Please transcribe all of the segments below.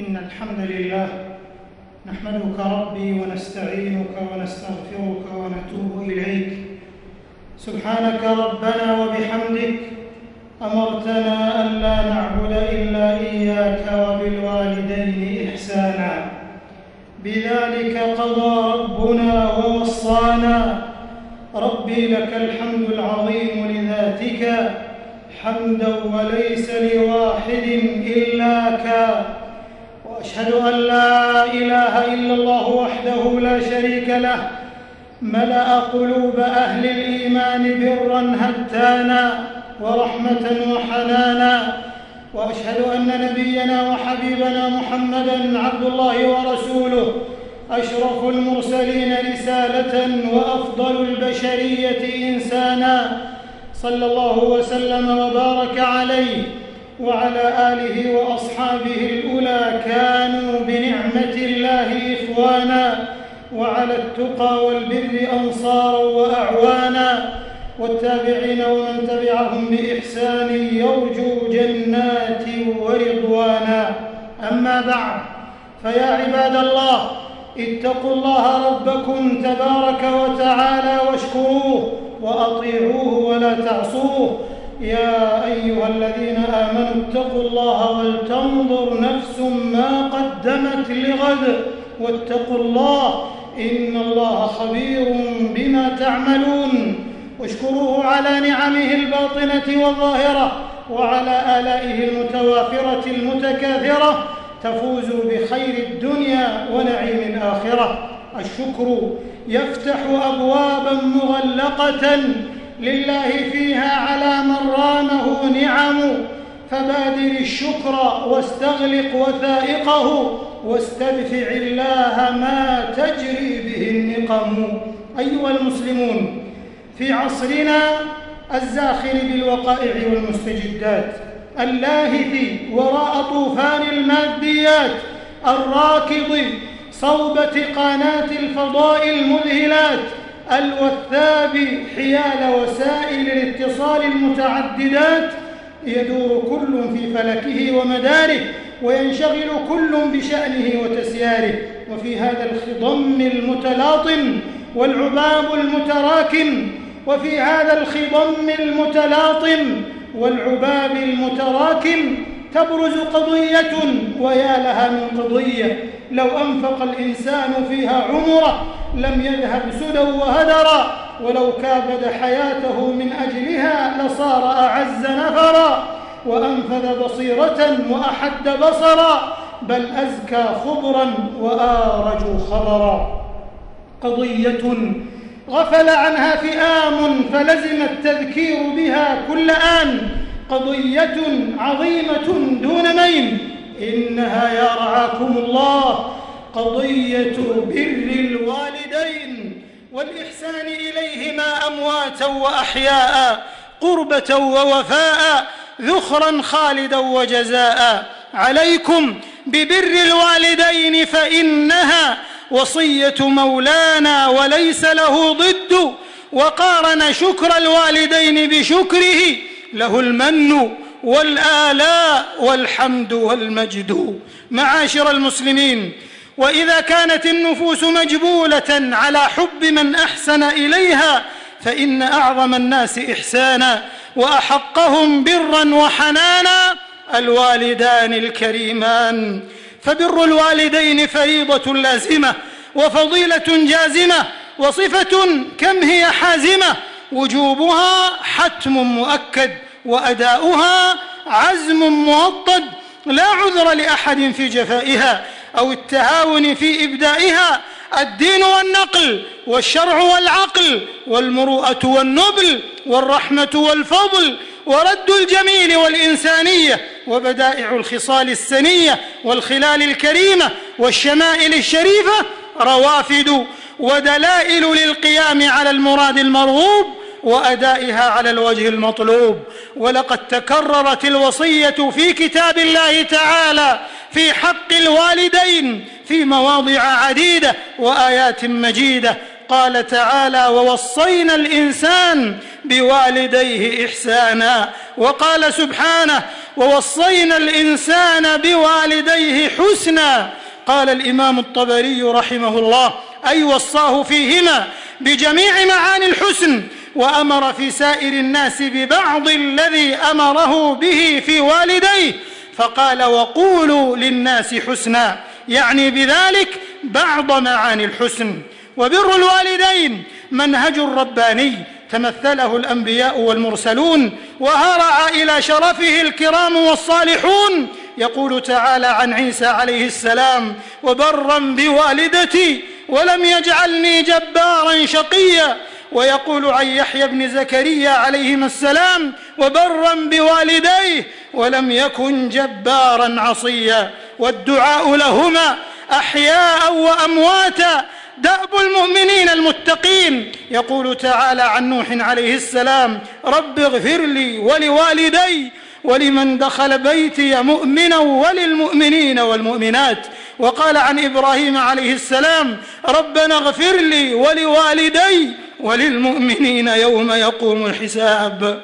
إن الحمد لله نحمدك ربي ونستعينك ونستغفرك ونتوب إليك. سبحانك ربنا وبحمدك أمرتنا ألا نعبد إلا إياك وبالوالدين إحسانا، بذلك قضى ربنا ووصانا. ربي لك الحمد العظيم لذاتك حمدا وليس لواحد إلاك، وأشهد أن لا إله إلا الله وحده لا شريك له ملأ قلوب أهل الإيمان برا هتانا ورحمة وحنانا. وأشهد أن نبينا وحبيبنا محمدًا عبد الله ورسوله، أشرف المرسلين رسالة وأفضل البشرية إنسانا، صلى الله وسلم وبارك عليه وعلى آله وأصحابه الأولى كانوا بنعمة الله إخوانا، وعلى التقى والبر أنصارا وأعوانا، والتابعين ومن تبعهم بإحسان يرجو جنات ورضوانا. أما بعد، فيا عباد الله، اتقوا الله ربكم تبارك وتعالى واشكروه وأطيعوه ولا تعصوه. يا أيها الذين آمنوا اتقوا الله ولتنظر نفس ما قدمت لغد واتقوا الله إن الله خبير بما تعملون. واشكروه على نعمه الباطنة والظاهرة وعلى آلائه المتوافرة المتكاثرة، تفوزوا بخير الدنيا ونعيم الآخرة. الشكر يفتح أبوابا مغلقة لله فيها على من رامه نعم، فبادر الشكر واستغلق وثائقه واستدفع الله ما تجري به النقم. أيها المسلمون، في عصرنا الزاخر بالوقائع والمستجدات، اللاهث وراء طوفان الماديات، الراكض صوب تقانات الفضاء المذهلات، الوثاب حيال وسائل الاتصال المتعددات، يدور كل في فلكه ومداره، وينشغل كل بشأنه وتسياره. وفي هذا الخضم المتلاطم والعباب المتراكم، وفي هذا الخضم المتلاطم والعباب المتراكم تبرز قضية، ويا لها من قضية لو أنفق الإنسان فيها عمره لم يذهب سدى وهدرا، ولو كابد حياته من أجلها لصار أعز نفرا، وأنفذ بصيرة وأحد بصرا، بل أزكى خضرا وآرج خبرا. قضية غفل عنها فئام فلزم التذكير بها كل آن، قضية عظيمة دون مين، إنها يا رعاكم الله قضية بر الوالدين والإحسان إليهما أمواتا وأحياء، قربة ووفاء، ذخرا خالدا وجزاء. عليكم ببر الوالدين فإنها وصية مولانا وليس له ضد، وقارن شكر الوالدين بشكره، له المن والآلاء والحمد والمجد. معاشر المسلمين، وإذا كانت النفوس مجبولة على حب من أحسن إليها، فإن أعظم الناس إحسانا وأحقهم برا وحنانا الوالدان الكريمان. فبر الوالدين فريضة لازمة وفضيلة جازمة، وصفة كم هي حازمة، وجوبها حتم مؤكد، وأداؤها عزم موطد، لا عذر لأحد في جفائها أو التهاون في إبدائها. الدين والنقل والشرع والعقل والمروءة والنبل والرحمة والفضل ورد الجميل والإنسانية وبدائع الخصال السنية والخلال الكريمة والشمائل الشريفة روافد ودلائل للقيام على المراد المرغوب وأدائها على الوجه المطلوب. ولقد تكررت الوصية في كتاب الله تعالى في حق الوالدين في مواضع عديدة وآيات مجيدة. قال تعالى: ووصينا الإنسان بوالديه إحسانا. وقال سبحانه: ووصينا الإنسان بوالديه حسنا. قال الإمام الطبري رحمه الله: أي وصاه فيهما بجميع معاني الحسن، وأمر في سائر الناس ببعض الذي أمره به في والديه، فقال: وقولوا للناس حسنا، يعني بذلك بعض معاني الحسن. وبر الوالدين منهج رباني تمثله الأنبياء والمرسلون وهرع إلى شرفه الكرام والصالحون. يقول تعالى عن عيسى عليه السلام: وبرا بوالدتي ولم يجعلني جبارا شقيا. ويقول عن يحيى بن زكريا عليهما السلام: وبرا بوالديه ولم يكن جبارا عصيا. والدعاء لهما أحياء وأمواتا دأب المؤمنين المتقين. يقول تعالى عن نوح عليه السلام: رب اغفر لي ولوالدي ولمن دخل بيتي مؤمنا وللمؤمنين والمؤمنات. وقال عن إبراهيم عليه السلام: ربنا اغفر لي ولوالدي وللمؤمنين يوم يقوم الحساب.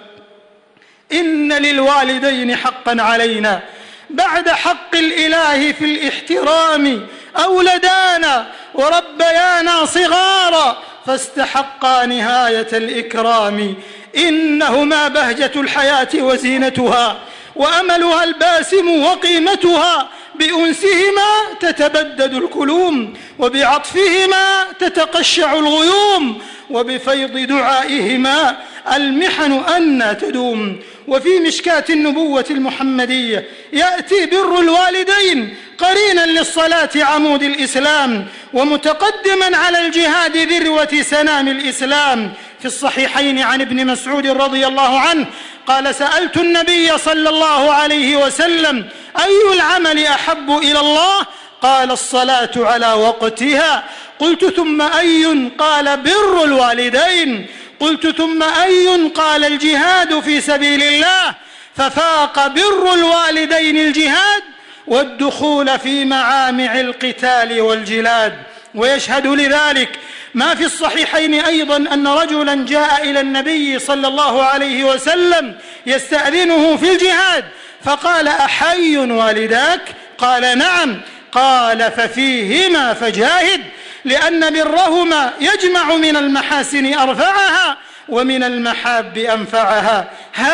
إن للوالدين حقا علينا بعد حق الإله في الاحترام، أولدانا وربيانا صغارا فاستحقا نهاية الإكرام. إنهما بهجة الحياة وزينتها وأملها الباسم وقيمتها، بأنسهما تتبدد الكلوم وبعطفهما تتقشع الغيوم، وبفيض دعائهما المحن أن تدوم. وفي مشكاة النبوة المحمدية يأتي بر الوالدين قرينا للصلاة عمود الإسلام، ومتقدما على الجهاد ذروة سنام الإسلام. في الصحيحين عن ابن مسعود رضي الله عنه قال: سألت النبي صلى الله عليه وسلم: أي العمل أحب إلى الله؟ قال: الصلاة على وقتها. قلت: ثم أي؟ قال: بر الوالدين. قلت: ثم أي؟ قال: الجهاد في سبيل الله. ففاق بر الوالدين الجهاد والدخول في معامع القتال والجلاد. ويشهد لذلك ما في الصحيحين أيضا أن رجلا جاء إلى النبي صلى الله عليه وسلم يستأذنه في الجهاد، فقال: أحي والداك؟ قال: نعم. قال: ففيهما فجاهد، لأن برهما يجمع من المحاسن أرفعها ومن المحاب أنفعها.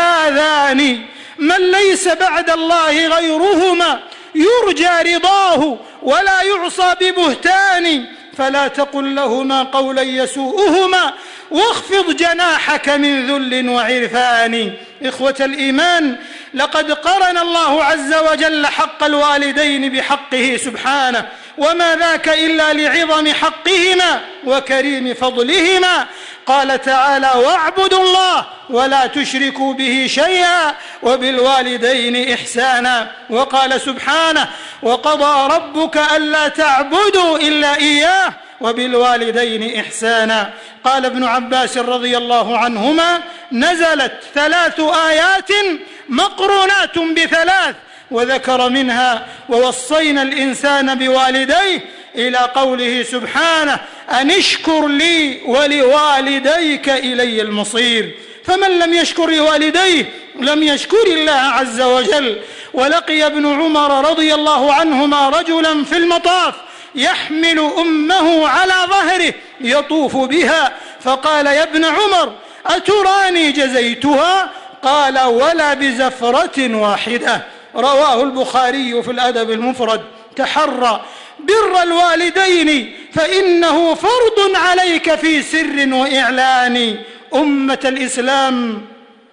هذان من ليس بعد الله غيرهما يرجى رضاه ولا يعصى ببهتان، فلا تقل لهما قولا يسوءهما واخفض جناحك من ذل وعرفان. إخوة الإيمان، لقد قرن الله عز وجل حق الوالدين بحقه سبحانه، وما ذاك إلا لعظم حقهما وكريم فضلهما. قال تعالى: واعبدوا الله ولا تشركوا به شيئا وبالوالدين إحسانا. وقال سبحانه: وقضى ربك ألا تعبدوا إلا إياه وبالوالدين إحسانا. قال ابن عباس رضي الله عنهما: نزلت 3 آيات مقرونات ب3، وذكر منها: ووصينا الإنسان بوالديه، إلى قوله سبحانه: أن اشكر لي ولوالديك إلي المصير. فمن لم يشكر لوالديه لم يشكر الله عز وجل. ولقي ابن عمر رضي الله عنهما رجلا في المطاف يحمل أمه على ظهره يطوف بها، فقال: يا ابن عمر، أتراني جزيتها؟ قال: ولا بزفرة واحدة. رواه البخاري في الأدب المفرد. تحرى بر الوالدين فإنه فرض عليك في سر وإعلان. أمة الإسلام،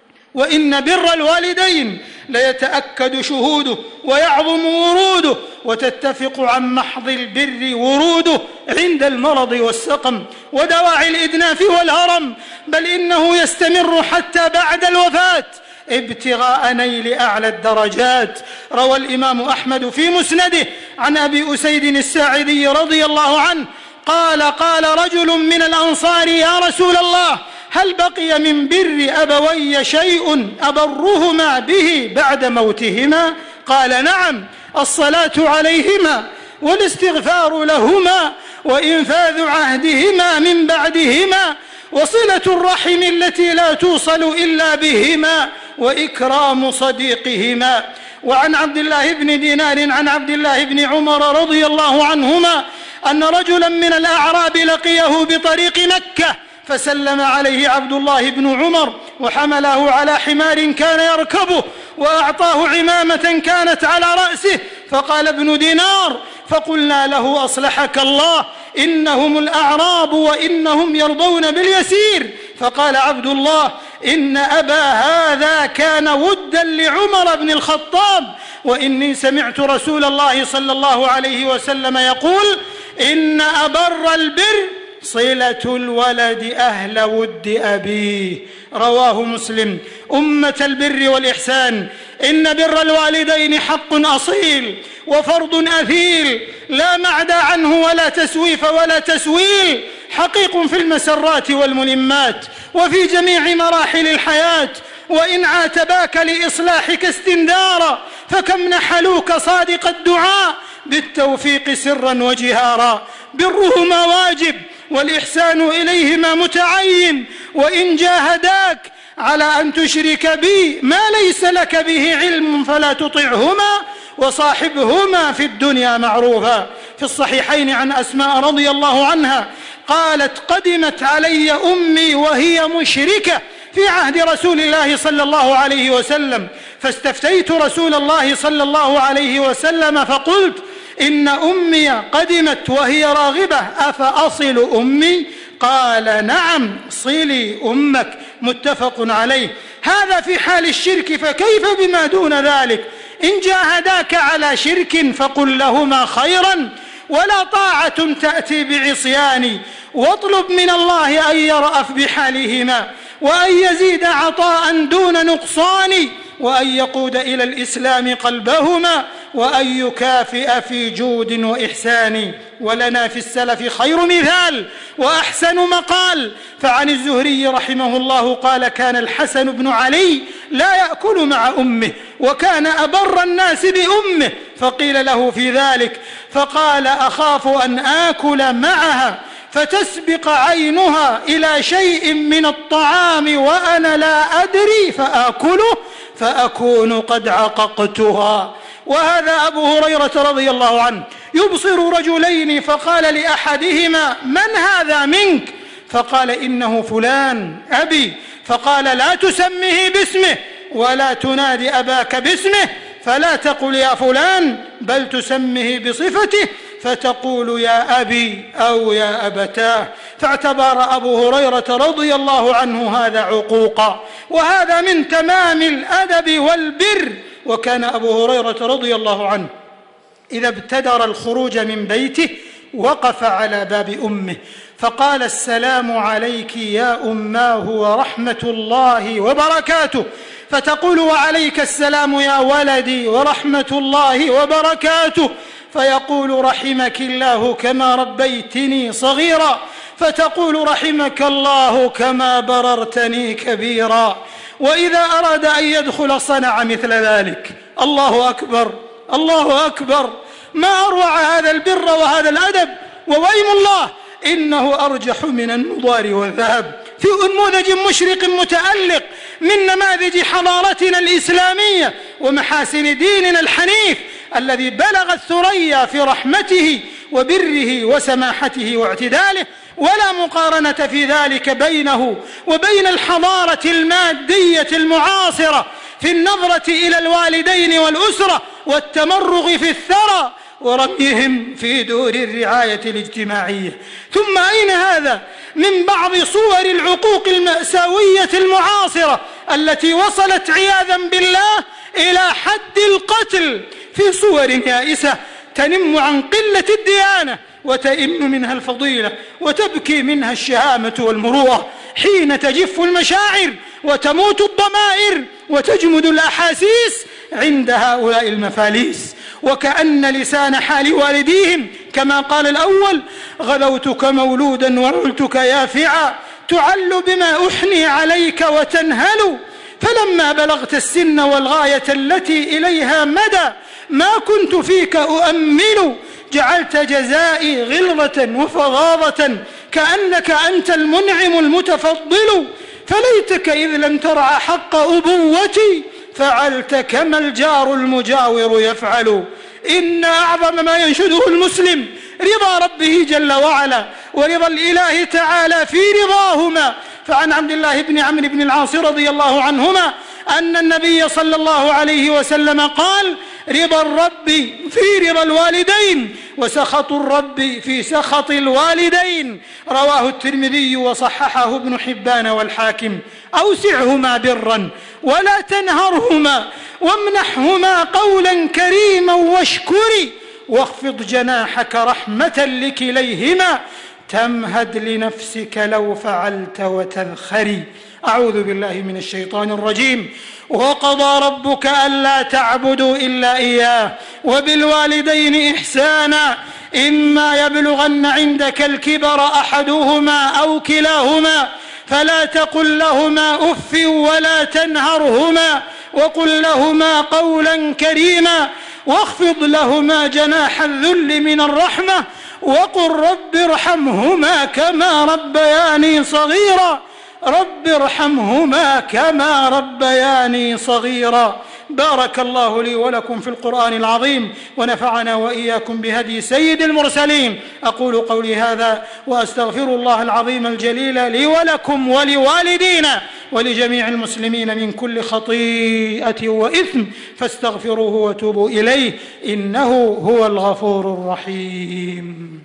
وإن بر الوالدين ليتأكد شهوده ويعظم وروده، وتتفق عن محض البر وروده عند المرض والسقم ودواعي الإدناف والهرم، بل إنه يستمر حتى بعد الوفاة ابتغاء نيل أعلى الدرجات. روى الإمام أحمد في مسنده عن أبي أسيد الساعدي رضي الله عنه قال: قال رجل من الأنصار: يا رسول الله، هل بقي من بر أبوي شيء أبرهما به بعد موتهما؟ قال: نعم، الصلاة عليهما والاستغفار لهما وإنفاذ عهدهما من بعدهما وصلة الرحم التي لا توصل إلا بهما، وإكرام صديقهما. وعن عبد الله بن دينار عن عبد الله بن عمر رضي الله عنهما أن رجلا من الأعراب لقيه بطريق مكة، فسلم عليه عبد الله بن عمر وحمله على حمار كان يركبه، وأعطاه عمامة كانت على رأسه، فقال ابن دينار: فقلنا له: أصلحك الله، إنهم الأعراب وإنهم يرضون باليسير. فقال عبد الله: إن أبا هذا كان ودا لعمر بن الخطاب، وإني سمعت رسول الله صلى الله عليه وسلم يقول: إن أبر البر صلة الولد أهل ود أبيه. رواه مسلم. أمة البر والإحسان، إن بر الوالدين حق أصيل وفرض أثيل لا معدى عنه ولا تسويف ولا تسويل، حقيق في المسرات والملمات وفي جميع مراحل الحياة. وإن عاتباك لإصلاحك استندارا، فكم نحلوك صادق الدعاء بالتوفيق سرا وجهارا. برهما واجب والإحسان إليهما متعين، وإن جاهداك على أن تشرك بي ما ليس لك به علم فلا تطعهما، وصاحبهما في الدنيا معروفا. في الصحيحين عن أسماء رضي الله عنها قالت: قدمت علي أمي وهي مشركة في عهد رسول الله صلى الله عليه وسلم، فاستفتيت رسول الله صلى الله عليه وسلم فقلت: إن أمي قدمت وهي راغبة، أفأصل أمي؟ قال: نعم، صلي أمك. متفق عليه. هذا في حال الشرك، فكيف بما دون ذلك؟ إن جاهداك على شرك فقل لهما خيرا، ولا طاعة تأتي بعصيان، واطلب من الله أن يرأف بحالهما، وأن يزيد عطاء دون نقصان، وأن يقود إلى الإسلام قلبهما، وأن يكافئ في جود وإحسان. ولنا في السلف خير مثال وأحسن مقال. فعن الزهري رحمه الله قال: كان الحسن بن علي لا يأكل مع أمه، وكان أبر الناس بأمه، فقيل له في ذلك فقال: أخاف أن آكل معها فتسبق عينها إلى شيء من الطعام وأنا لا أدري فآكله فأكون قد عققتها. وهذا أبو هريرة رضي الله عنه يبصر رجلين، فقال لأحدهما: من هذا منك؟ فقال: إنه فلان أبي. فقال: لا تسميه باسمه ولا تنادي أباك باسمه، فلا تقل يا فلان، بل تسميه بصفته، فتقول يا أبي أو يا أبتاه. فاعتبر أبو هريرة رضي الله عنه هذا عقوقا، وهذا من تمام الأدب والبر. وكان أبو هريرة رضي الله عنه إذا ابتدر الخروج من بيته وقف على باب أمه فقال: السلام عليك يا أماه ورحمة الله وبركاته. فتقول: وعليك السلام يا ولدي ورحمة الله وبركاته. فيقول: رحمك الله كما ربيتني صغيرا. فتقول: رحمك الله كما بررتني كبيرا. وإذا أراد أن يدخل صنع مثل ذلك. الله أكبر، الله أكبر، ما أروع هذا البر وهذا الأدب. وويم الله إنه أرجح من النضار والذهب في أنموذج مشرق متألق من نماذج حضارتنا الإسلامية ومحاسن ديننا الحنيف الذي بلغ الثريا في رحمته وبره وسماحته واعتداله. ولا مقارنة في ذلك بينه وبين الحضارة المادية المعاصرة في النظرة إلى الوالدين والأسرة والتمرغ في الثرى ورميهم في دور الرعاية الاجتماعية. ثم أين هذا من بعض صور العقوق المأساوية المعاصرة التي وصلت عياذا بالله إلى حد القتل في صور يائسة تنم عن قلة الديانة وتئن منها الفضيلة وتبكي منها الشهامة والمروءة، حين تجف المشاعر وتموت الضمائر وتجمد الأحاسيس عند هؤلاء المفاليس. وكأن لسان حال والديهم كما قال الأول: غذوتك مولودا وعلتك يافعا، تعل بما أحني عليك وتنهل، فلما بلغت السن والغاية التي إليها مدى ما كنت فيك أؤمل، جعلت جزائي غلظة وفظاظة كأنك أنت المنعم المتفضل، فليتك إذ لم ترعى حق أبوتي فعلت كما الجار المجاور يفعل. إن أعظم ما ينشده المسلم رضا ربه جل وعلا ورضا الإله تعالى في رضاهما. فعن عبد الله بن عمرو بن العاص رضي الله عنهما أن النبي صلى الله عليه وسلم قال: رضا الرب في رضا الوالدين وسخط الرب في سخط الوالدين. رواه الترمذي وصححه ابن حبان والحاكم. أوسعهما برا ولا تنهرهما وامنحهما قولا كريما واشكري واخفض جناحك رحمة لكليهما تمهد لنفسك لو فعلت وتذخري. أعوذ بالله من الشيطان الرجيم. وقضى ربك ألا تعبدوا إلا إياه وبالوالدين إحسانا إما يبلغن عندك الكبر أحدهما أو كلاهما فلا تقل لهما أف ولا تنهرهما وقل لهما قولا كريما واخفض لهما جناح الذل من الرحمة وقل رب ارحمهما كما ربياني صغيرا. رب ارحمهما كما ربياني صغيرا. بارك الله لي ولكم في القرآن العظيم ونفعنا وإياكم بهدي سيد المرسلين. أقول قولي هذا وأستغفر الله العظيم الجليل لي ولكم ولوالدينا ولجميع المسلمين من كل خطيئة وإثم فاستغفروه وتوبوا إليه إنه هو الغفور الرحيم.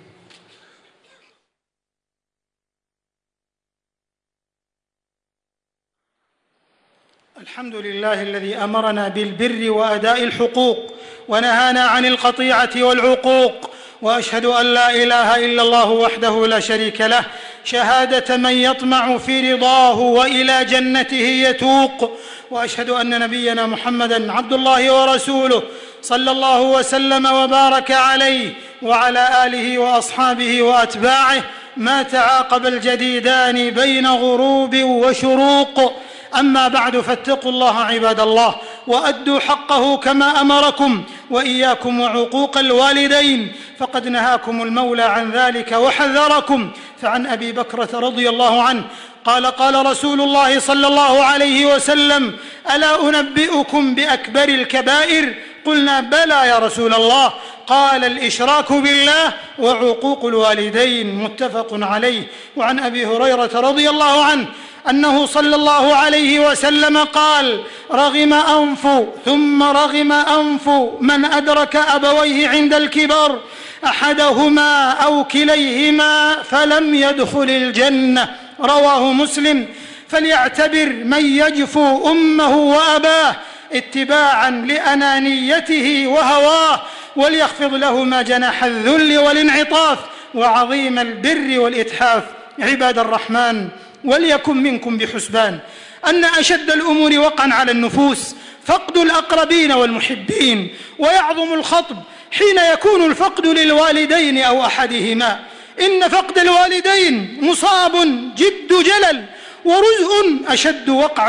الحمد لله الذي أمرنا بالبر وأداء الحقوق ونهانا عن القطيعة والعقوق، وأشهد أن لا إله إلا الله وحده لا شريك له شهادة من يطمع في رضاه وإلى جنته يتوق، وأشهد أن نبينا محمدًا عبد الله ورسوله صلى الله وسلم وبارك عليه وعلى آله وأصحابه وأتباعه ما تعاقب الجديدان بين غروب وشروق. أما بعد فاتقوا الله عباد الله وأدوا حقه كما أمركم وإياكم وعقوق الوالدين فقد نهاكم المولى عن ذلك وحذركم. فعن أبي بكرة رضي الله عنه قال: قال رسول الله صلى الله عليه وسلم: ألا أنبئكم بأكبر الكبائر؟ قلنا: بلى يا رسول الله. قال: الإشراك بالله وعقوق الوالدين. متفق عليه. وعن أبي هريرة رضي الله عنه أنه صلى الله عليه وسلم قال: رغم أنف ثم رغم أنف من أدرك أبويه عند الكبر أحدهما أو كليهما فلم يدخل الجنة. رواه مسلم. فليعتبر من يجفو أمه وأباه اتباعا لأنانيته وهواه وليخفض لهما جناح الذل والانعطاف وعظيم البر والإتحاف. عباد الرحمن، وليكن منكم بحسبان أن أشد الأمور وقعا على النفوس فقد الأقربين والمحبين، ويعظم الخطب حين يكون الفقد للوالدين أو أحدهما. إن فقد الوالدين مصاب جد جلل ورزء أشد وقعا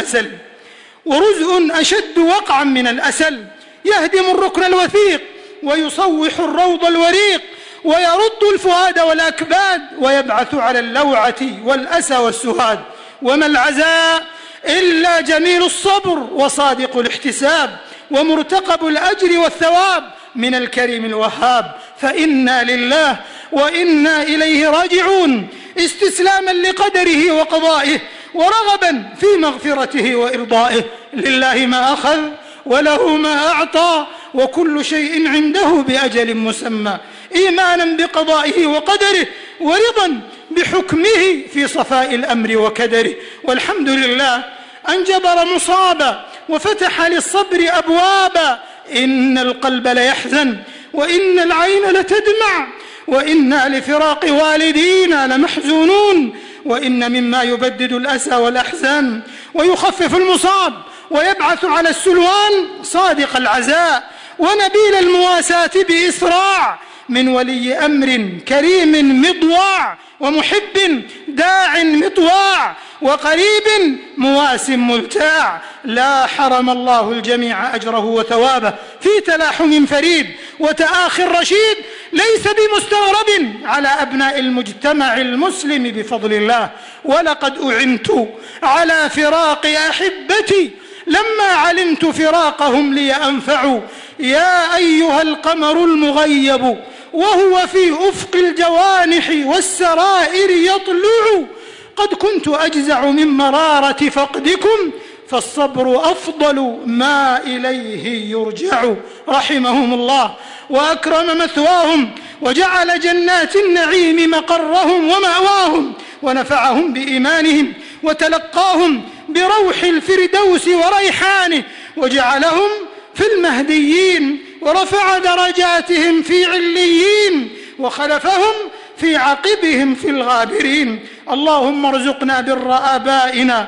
من الأسل يهدم الركن الوثيق ويصوح الروض الوريق ويرد الفؤاد والأكباد ويبعث على اللوعة والأسى والسهاد. وما العزاء إلا جميل الصبر وصادق الاحتساب ومرتقب الأجر والثواب من الكريم الوهاب. فإنا لله وإنا إليه راجعون استسلاما لقدره وقضائه ورغبا في مغفرته وإرضائه. لله ما أخذ وله ما أعطى وكل شيء عنده بأجل مسمى، إيمانا بقضائه وقدره ورضا بحكمه في صفاء الأمر وكدره. والحمد لله أن جبر مصابا وفتح للصبر أبوابا. إن القلب ليحزن وإن العين لتدمع وإنا لفراق والدينا لمحزونون. وإن مما يبدد الأسى والأحزان ويخفف المصاب ويبعث على السلوان صادق العزاء ونبيل المواساة بإسراع من ولي أمر كريم مطواع ومحب داع مطواع وقريب مواس مبتاع. لا حرم الله الجميع أجره وثوابه في تلاحم فريد وتآخٍ رشيد ليس بمستغرب على أبناء المجتمع المسلم بفضل الله. ولقد أعنت على فراق أحبتي لما علمت فراقهم لي أنفع. يا أيها القمر المغيب وهو في أفق الجوانح والسرائر يطلع، قد كنت أجزع من مرارة فقدكم، فالصبر أفضل ما إليه يرجع. رحمهم الله وأكرم مثواهم، وجعل جنات النعيم مقرهم ومأواهم، ونفعهم بإيمانهم، وتلقاهم بروح الفردوس وريحانه، وجعلهم في المهديين، ورفع درجاتهم في عليين، وخلفهم في عقبهم في الغابرين. اللهم ارزقنا بر آبائنا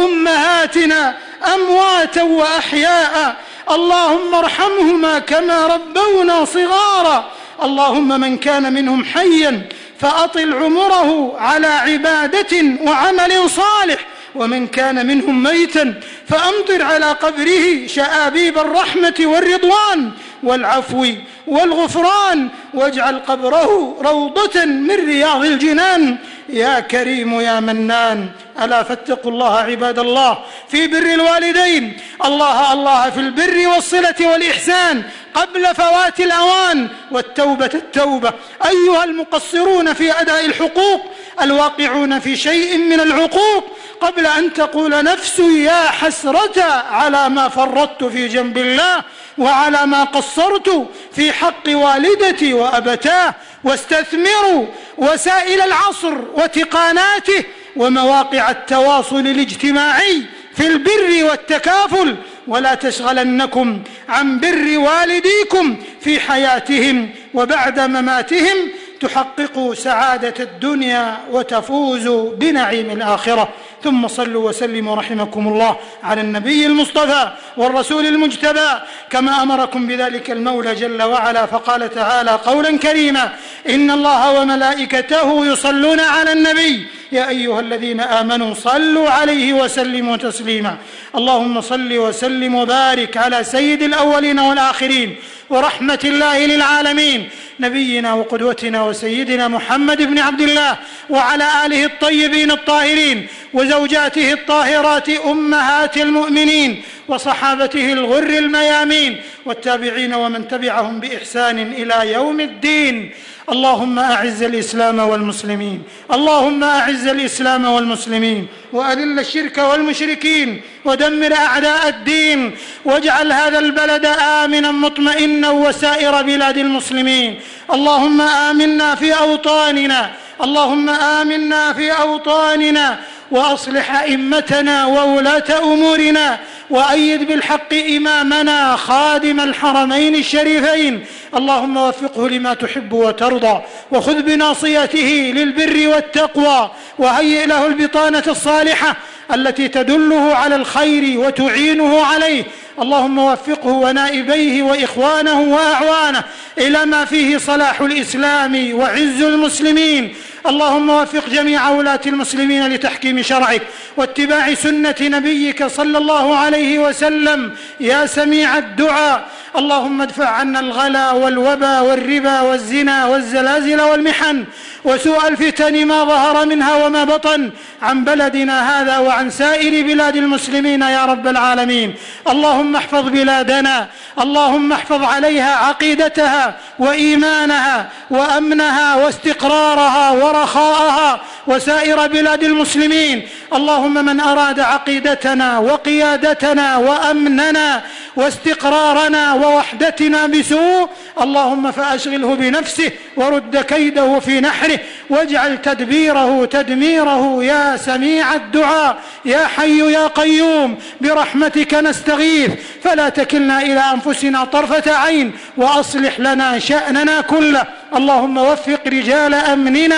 وأمهاتنا أمواتا وأحياء، اللهم ارحمهما كما ربونا صغارا. اللهم من كان منهم حيا فأطل عمره على عبادة وعمل صالح، ومن كان منهم ميتا فأمطر على قبره شآبيب الرحمة والرضوان والعفو والغفران، واجعل قبره روضة من رياض الجنان يا كريم يا منان. ألا فاتقوا الله عباد الله في بر الوالدين، الله في البر والصلة والإحسان قبل فوات الأوان، والتوبة التوبة. أيها المقصرون في أداء الحقوق الواقعون في شيء من العقوق، قبل أن تقول نفسي يا حسرة على ما فرطت في جنب الله، وعلى ما قصرت في حق والدتي وأبتاه، واستثمروا وسائل العصر وتقاناته ومواقع التواصل الاجتماعي في البر والتكافل، ولا تشغلنكم عن بر والديكم في حياتهم وبعد مماتهم، تحققوا سعادة الدنيا وتفوزوا بنعيم الآخرة. ثم صلوا وسلموا رحمكم الله على النبي المصطفى والرسول المجتبى كما أمركم بذلك المولى جل وعلا، فقال تعالى قولا كريما: إن الله وملائكته يصلون على النبي يا أيها الذين آمنوا صلوا عليه وسلموا تسليما. اللهم صل وسلم وبارك على سيد الأولين والآخرين ورحمة الله للعالمين، نبينا وقدوتنا وسيدنا محمد بن عبد الله، وعلى آله الطيبين الطاهرين وزوجاته الطاهرات أمهات المؤمنين، وصحابته الغر الميامين، والتابعين ومن تبعهم بإحسان إلى يوم الدين. اللهم أعز الإسلام والمسلمين، اللهم أعز الإسلام والمسلمين، وأذل الشرك والمشركين، ودمر أعداء الدين، واجعل هذا البلد آمنا مطمئنا وسائر بلاد المسلمين. اللهم آمنا في أوطاننا، اللهم آمنا في أوطاننا، وأصلح أئمتنا وولاة أمورنا، وأيد بالحق إمامنا خادم الحرمين الشريفين. اللهم وفقه لما تحب وترضى، وخذ بناصيته للبر والتقوى، وهيئ له البطانة الصالحة التي تدله على الخير وتعينه عليه. اللهم وفقه ونائبيه وإخوانه وأعوانه إلى ما فيه صلاح الإسلام وعز المسلمين. اللهم وفق جميع ولاة المسلمين لتحكيم شرعك واتباع سنة نبيك صلى الله عليه وسلم يا سميع الدعاء. اللهم ادفع عنا الغلا والوبا والربا والزنا والزلازل والمحن وسوء الفتن ما ظهر منها وما بطن عن بلدنا هذا وعن سائر بلاد المسلمين يا رب العالمين. اللهم احفظ بلادنا، اللهم احفظ عليها عقيدتها وإيمانها وأمنها واستقرارها ورخاءها وسائر بلاد المسلمين. اللهم من أراد عقيدتنا وقيادتنا وأمننا واستقرارنا ووحدتنا بسوء، اللهم فأشغله بنفسه ورد كيده في نحره، واجعل تدبيره تدميره يا سميع الدعاء يا حي يا قيوم. برحمتك نستغيث، فلا تكلنا إلى أنفسنا طرفة عين، وأصلح لنا شأننا كله. اللهم وفق رجال أمننا،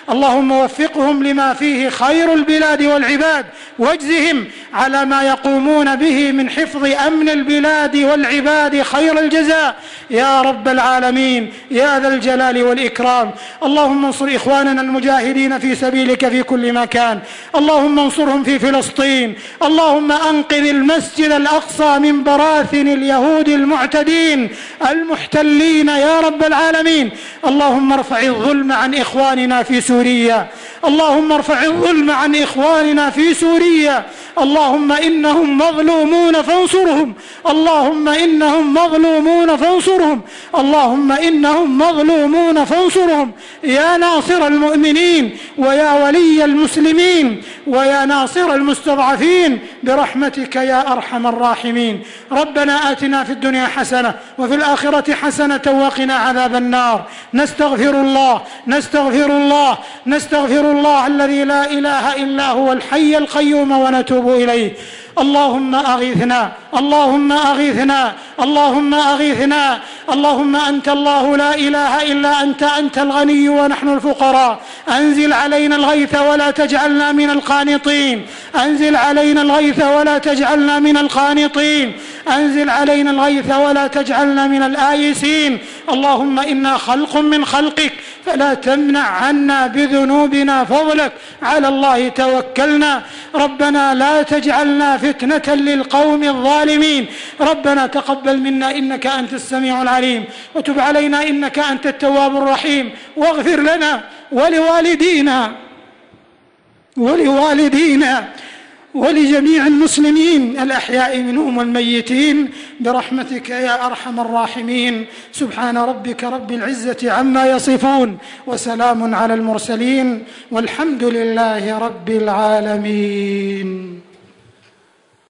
اللهم وفقهم لما فيه خير البلاد والعباد، واجزهم على ما يقومون به من حفظ أمن البلاد والعباد خير الجزاء يا رب العالمين يا ذا الجلال والإكرام. اللهم انصر إخواننا المجاهدين في سبيلك في كل مكان، اللهم انصرهم في فلسطين، اللهم أنقذ المسجد الأقصى من براثن اليهود المعتدين المحتلين يا رب العالمين. اللهم ارفع الظلم عن إخواننا في سوريا، اللهم ارفع الظلم عن إخواننا في سوريا. اللهم إنهم مظلومون فانصرهم، اللهم إنهم مظلومون فانصرهم، اللهم إنهم مظلومون فانصرهم يا ناصر المؤمنين ويا ولي المسلمين ويا ناصر المستضعفين برحمتك يا أرحم الراحمين. ربنا آتنا في الدنيا حسنة وفي الآخرة حسنة وقنا عذاب النار. نستغفر الله نستغفر الله نستغفر الله الذي لا إله إلا هو الحي القيوم ونتوب إليه. اللهم أغثنا اللهم أغثنا اللهم أغثنا. اللهم أنت الله لا إله إلا أنت، أنت الغني ونحن الفقراء. أنزل علينا الغيث ولا تجعلنا من القانطين، أنزل علينا الغيث ولا تجعلنا من القانطين، أنزل علينا الغيث ولا تجعلنا من الآيسين. اللهم إنا خلق من خلقك فلا تمنع عنا بذنوبنا فضلك، على الله توكلنا. ربنا لا تجعلنا فتنة للقوم الظالمين. ربنا تقبل منا إنك أنت السميع العليم، وتب علينا إنك أنت التواب الرحيم، واغفر لنا ولوالدينا ولجميع المسلمين الأحياء منهم والميتين برحمتك يا أرحم الراحمين. سبحان ربك رب العزة عما يصفون، وسلام على المرسلين، والحمد لله رب العالمين.